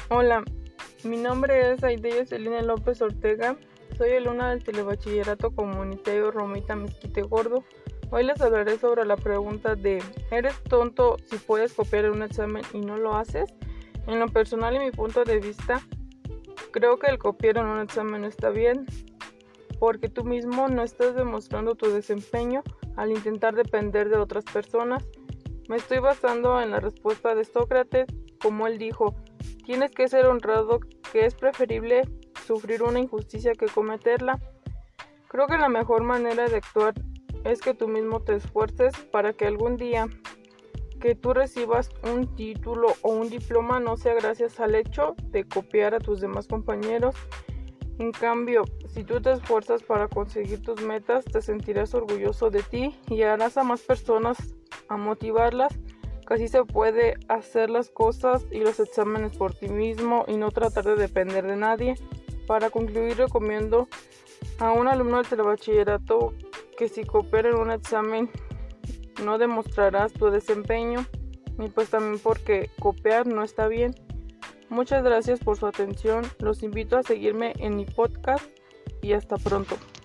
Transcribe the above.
Hola, mi nombre es Aide Celina López Ortega. Soy alumna del Telebachillerato Comunitario Romita Mezquite Gordo. Hoy les hablaré sobre la pregunta de ¿eres tonto si puedes copiar en un examen y no lo haces? En lo personal y mi punto de vista, creo que el copiar en un examen no está bien, porque tú mismo no estás demostrando tu desempeño al intentar depender de otras personas. Me estoy basando en la respuesta de Sócrates, como él dijo: tienes que ser honrado, que es preferible sufrir una injusticia que cometerla. Creo que la mejor manera de actuar es que tú mismo te esfuerces para que algún día que tú recibas un título o un diploma no sea gracias al hecho de copiar a tus demás compañeros. En cambio, si tú te esfuerzas para conseguir tus metas, te sentirás orgulloso de ti y harás a más personas a motivarlas, que así se puede hacer las cosas y los exámenes por ti mismo y no tratar de depender de nadie. Para concluir, recomiendo a un alumno del telebachillerato que si copiar en un examen no demostrarás tu desempeño, y pues también porque copiar no está bien. Muchas gracias por su atención, los invito a seguirme en mi podcast y hasta pronto.